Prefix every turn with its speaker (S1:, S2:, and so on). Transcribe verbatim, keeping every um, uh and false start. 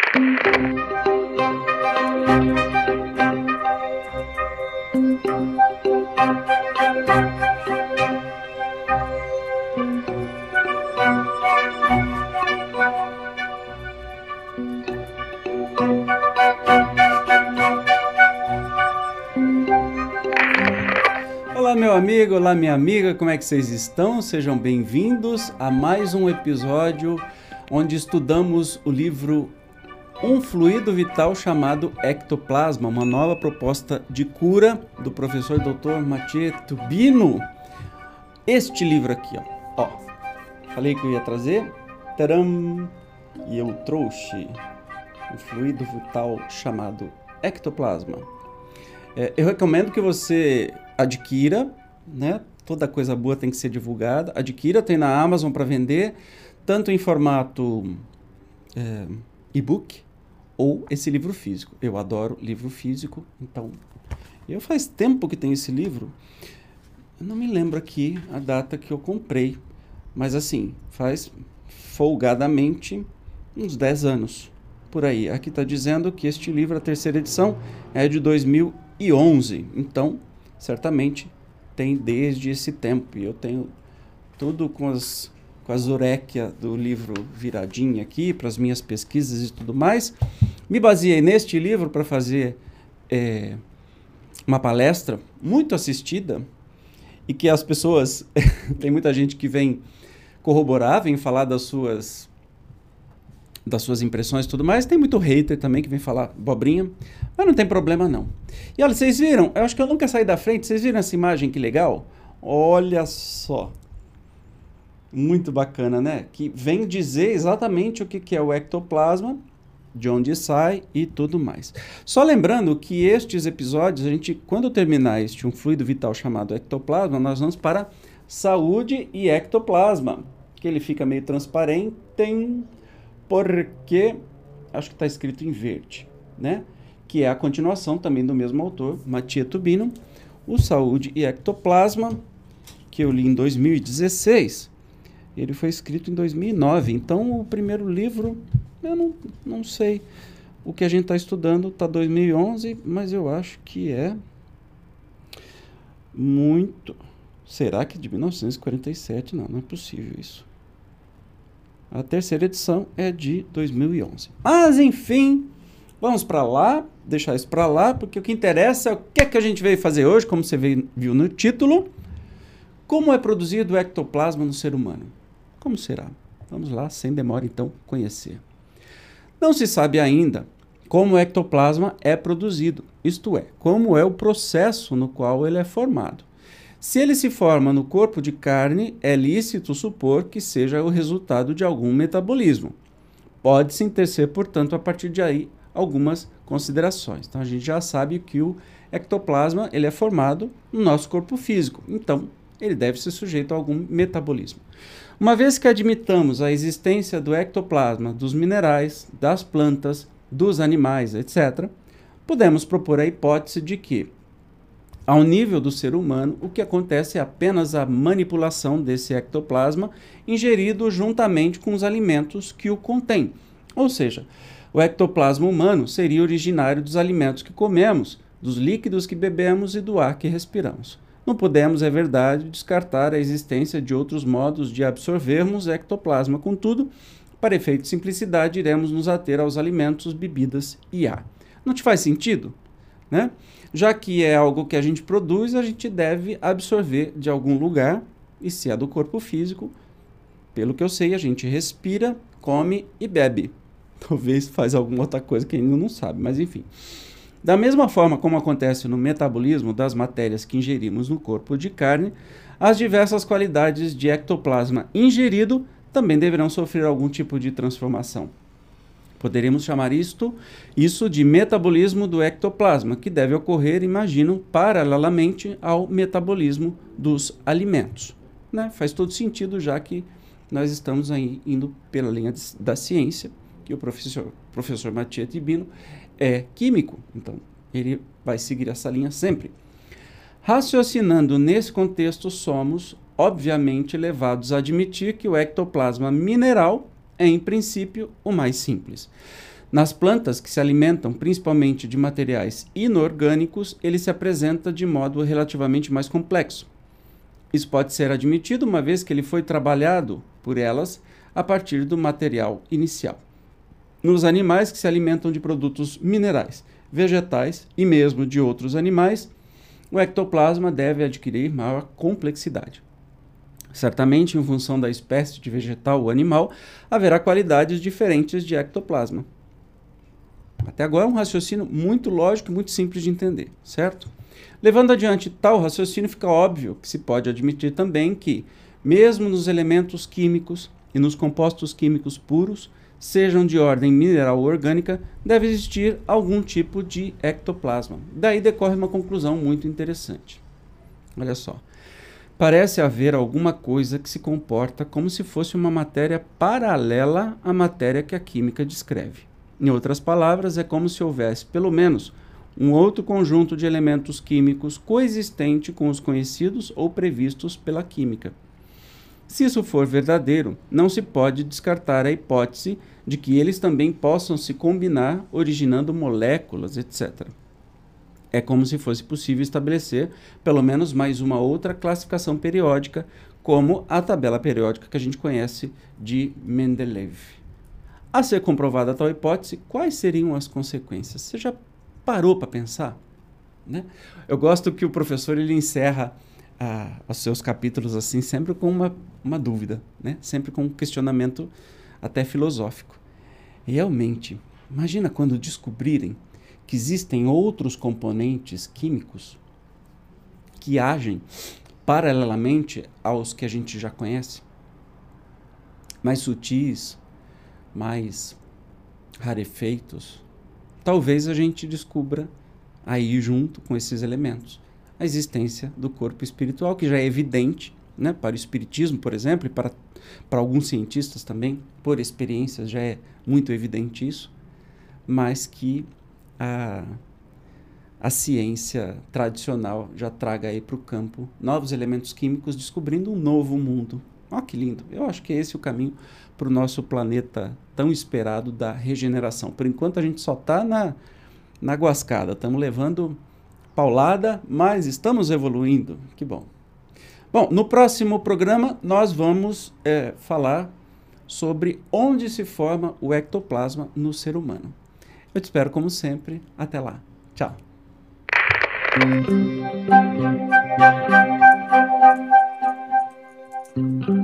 S1: Olá meu amigo, olá minha amiga, como é que vocês estão? Sejam bem-vindos a mais um episódio onde estudamos o livro Um Fluido Vital chamado Ectoplasma, uma nova proposta de cura do professor doutor Mathieu Tubino. Este livro aqui, ó, ó, falei que eu ia trazer, taram, e eu trouxe um fluido vital chamado Ectoplasma. É, eu recomendo que você adquira, né? Toda coisa boa tem que ser divulgada. Adquira, tem na Amazon para vender, tanto em formato é, e-book ou esse livro físico. Eu adoro livro físico, então eu faz tempo que tenho esse livro. Eu não me lembro aqui a data que eu comprei, mas assim, faz folgadamente uns dez anos, por aí. Aqui está dizendo que este livro, a terceira edição, é de dois mil e onze, então certamente tem desde esse tempo, e eu tenho tudo com as, com as uréquias do livro viradinho aqui, para as minhas pesquisas e tudo mais. Me baseei neste livro para fazer é, uma palestra muito assistida, e que as pessoas, tem muita gente que vem corroborar, vem falar das suas, das suas impressões e tudo mais, tem muito hater também que vem falar bobrinha, mas não tem problema não. E olha, vocês viram? Eu acho que eu nunca saí da frente. Vocês viram essa imagem? Que legal. Olha só. Muito bacana, né? Que vem dizer exatamente o que, que é o ectoplasma, de onde sai e tudo mais. Só lembrando que estes episódios, a gente, quando terminar este um fluido vital chamado ectoplasma, nós vamos para saúde e ectoplasma, que ele fica meio transparente, porque acho que está escrito em verde, né? Que é a continuação também do mesmo autor, Mathieu Tubino, o Saúde e Ectoplasma, que eu li em dois mil e dezesseis. Ele foi escrito em dois mil e nove, então o primeiro livro, eu não, não sei. O que a gente está estudando está dois mil e onze, mas eu acho que é muito... Será que é de mil novecentos e quarenta e sete? Não, não é possível isso. A terceira edição é de dois mil e onze. Mas, enfim, vamos para lá, deixar isso para lá, porque o que interessa é o que é que a gente veio fazer hoje, como você veio, viu no título. Como é produzido o ectoplasma no ser humano? Como será? Vamos lá, sem demora, então, conhecer. Não se sabe ainda como o ectoplasma é produzido, isto é, como é o processo no qual ele é formado. Se ele se forma no corpo de carne, é lícito supor que seja o resultado de algum metabolismo. Pode-se tecer, portanto, a partir de aí, algumas considerações. Então, a gente já sabe que o ectoplasma ele é formado no nosso corpo físico. Então, ele deve ser sujeito a algum metabolismo. Uma vez que admitamos a existência do ectoplasma, dos minerais, das plantas, dos animais, etcétera, podemos propor a hipótese de que, ao nível do ser humano, o que acontece é apenas a manipulação desse ectoplasma ingerido juntamente com os alimentos que o contêm. Ou seja, o ectoplasma humano seria originário dos alimentos que comemos, dos líquidos que bebemos e do ar que respiramos. Não podemos, é verdade, descartar a existência de outros modos de absorvermos ectoplasma. Contudo, para efeito de simplicidade, iremos nos ater aos alimentos, bebidas e ar. Não te faz sentido? Né? Já que é algo que a gente produz, a gente deve absorver de algum lugar, e se é do corpo físico, pelo que eu sei, a gente respira, come e bebe. Talvez faz alguma outra coisa que ainda não sabe, mas enfim. Da mesma forma como acontece no metabolismo das matérias que ingerimos no corpo de carne, as diversas qualidades de ectoplasma ingerido também deverão sofrer algum tipo de transformação. Poderíamos chamar isto, isso de metabolismo do ectoplasma, que deve ocorrer, imagino, paralelamente ao metabolismo dos alimentos. Né? Faz todo sentido, já que nós estamos aí indo pela linha de, da ciência, que o professor, professor Mathieu Tubino é químico, então ele vai seguir essa linha sempre. Raciocinando nesse contexto, somos, obviamente, levados a admitir que o ectoplasma mineral é, em princípio, o mais simples. Nas plantas que se alimentam principalmente de materiais inorgânicos, ele se apresenta de modo relativamente mais complexo. Isso pode ser admitido uma vez que ele foi trabalhado por elas a partir do material inicial. Nos animais que se alimentam de produtos minerais, vegetais e mesmo de outros animais, o ectoplasma deve adquirir maior complexidade. Certamente, em função da espécie de vegetal ou animal, haverá qualidades diferentes de ectoplasma. Até agora é um raciocínio muito lógico e muito simples de entender, certo? Levando adiante tal raciocínio, fica óbvio que se pode admitir também que, mesmo nos elementos químicos e nos compostos químicos puros, sejam de ordem mineral ou orgânica, deve existir algum tipo de ectoplasma. Daí decorre uma conclusão muito interessante. Olha só. Parece haver alguma coisa que se comporta como se fosse uma matéria paralela à matéria que a química descreve. Em outras palavras, é como se houvesse, pelo menos, um outro conjunto de elementos químicos coexistente com os conhecidos ou previstos pela química. Se isso for verdadeiro, não se pode descartar a hipótese de que eles também possam se combinar, originando moléculas, etcétera. É como se fosse possível estabelecer pelo menos mais uma outra classificação periódica, como a tabela periódica que a gente conhece de Mendeleev. A ser comprovada tal hipótese, quais seriam as consequências? Você já parou para pensar? Né? Eu gosto que o professor ele encerra ah, os seus capítulos assim, sempre com uma, uma dúvida, né? Sempre com um questionamento até filosófico. Realmente, imagina quando descobrirem que existem outros componentes químicos que agem paralelamente aos que a gente já conhece, mais sutis, mais rarefeitos. Talvez a gente descubra aí, junto com esses elementos, a existência do corpo espiritual, que já é evidente, né, para o espiritismo, por exemplo, e para, para alguns cientistas também, por experiências, já é muito evidente isso, mas que A, a ciência tradicional já traga aí para o campo novos elementos químicos, descobrindo um novo mundo. Olha que lindo! Eu acho que esse é o caminho para o nosso planeta tão esperado da regeneração. Por enquanto a gente só está na, na guascada, estamos levando paulada, mas estamos evoluindo. Que bom! Bom, no próximo programa nós vamos é, falar sobre onde se forma o ectoplasma no ser humano. Eu te espero como sempre. Até lá. Tchau. Thank you.